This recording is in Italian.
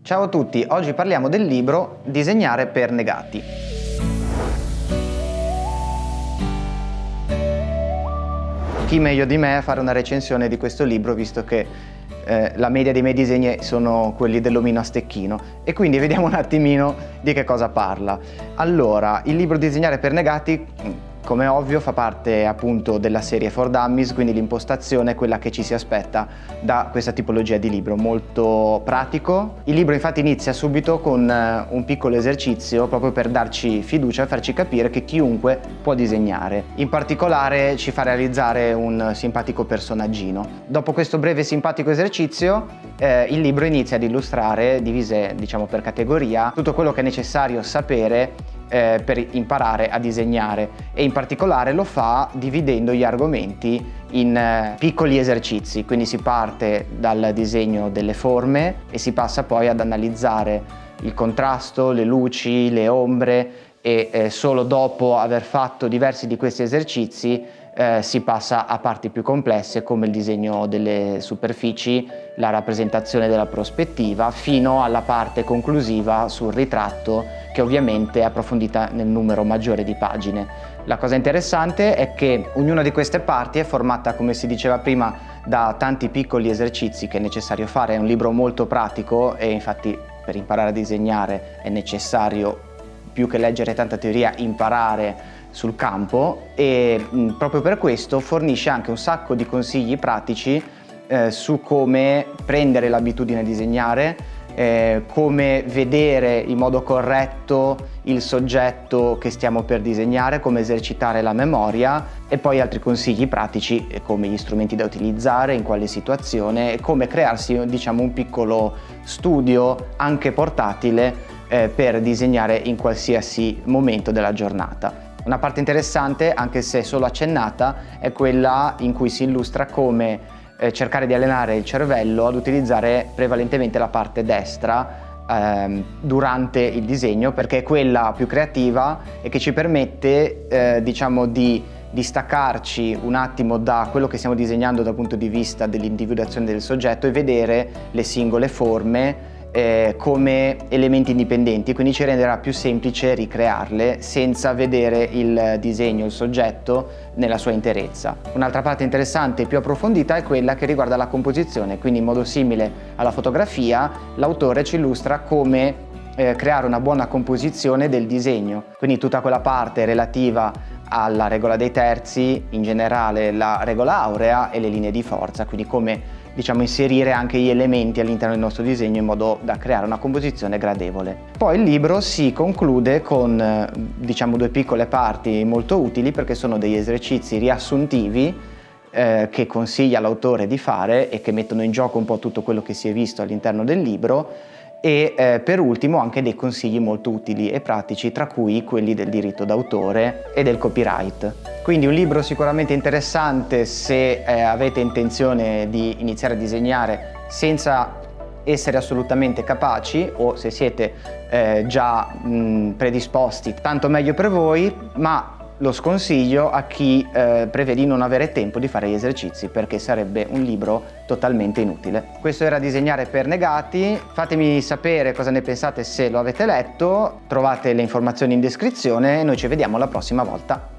Ciao a tutti, oggi parliamo del libro Disegnare per negati. Chi meglio di me a fare una recensione di questo libro, visto che la media dei miei disegni sono quelli dell'omino a stecchino, e quindi vediamo un attimino di che cosa parla. Allora, il libro Disegnare per negati, come ovvio, fa parte appunto della serie For Dummies, quindi l'impostazione è quella che ci si aspetta da questa tipologia di libro, molto pratico. Il libro infatti inizia subito con un piccolo esercizio proprio per darci fiducia e farci capire che chiunque può disegnare. In particolare ci fa realizzare un simpatico personaggino. Dopo questo breve e simpatico esercizio, il libro inizia ad illustrare, divise diciamo per categoria, tutto quello che è necessario sapere per imparare a disegnare, e in particolare lo fa dividendo gli argomenti in piccoli esercizi. Quindi si parte dal disegno delle forme e si passa poi ad analizzare il contrasto, le luci, le ombre, e solo dopo aver fatto diversi di questi esercizi si passa a parti più complesse come il disegno delle superfici, la rappresentazione della prospettiva, fino alla parte conclusiva sul ritratto, che ovviamente è approfondita nel numero maggiore di pagine. La cosa interessante è che ognuna di queste parti è formata, come si diceva prima, da tanti piccoli esercizi che è necessario fare. È un libro molto pratico e infatti per imparare a disegnare è necessario, più che leggere tanta teoria, imparare sul campo, e proprio per questo fornisce anche un sacco di consigli pratici su come prendere l'abitudine a disegnare, come vedere in modo corretto il soggetto che stiamo per disegnare, come esercitare la memoria, e poi altri consigli pratici come gli strumenti da utilizzare, in quale situazione, e come crearsi diciamo un piccolo studio anche portatile per disegnare in qualsiasi momento della giornata. Una parte interessante, anche se solo accennata, è quella in cui si illustra come cercare di allenare il cervello ad utilizzare prevalentemente la parte destra durante il disegno, perché è quella più creativa e che ci permette diciamo di distaccarci un attimo da quello che stiamo disegnando dal punto di vista dell'individuazione del soggetto e vedere le singole forme come elementi indipendenti, quindi ci renderà più semplice ricrearle senza vedere il disegno, il soggetto nella sua interezza. Un'altra parte interessante e più approfondita è quella che riguarda la composizione, quindi in modo simile alla fotografia l'autore ci illustra come creare una buona composizione del disegno, quindi tutta quella parte relativa alla regola dei terzi, in generale la regola aurea e le linee di forza, quindi come diciamo inserire anche gli elementi all'interno del nostro disegno in modo da creare una composizione gradevole. Poi il libro si conclude con diciamo due piccole parti molto utili, perché sono degli esercizi riassuntivi che consiglia l'autore di fare e che mettono in gioco un po' tutto quello che si è visto all'interno del libro, e per ultimo anche dei consigli molto utili e pratici, tra cui quelli del diritto d'autore e del copyright. Quindi un libro sicuramente interessante se avete intenzione di iniziare a disegnare senza essere assolutamente capaci, o se siete già predisposti, tanto meglio per voi, ma lo sconsiglio a chi prevede di non avere tempo di fare gli esercizi, perché sarebbe un libro totalmente inutile. Questo era Disegnare per negati. Fatemi sapere cosa ne pensate se lo avete letto, trovate le informazioni in descrizione e noi ci vediamo la prossima volta.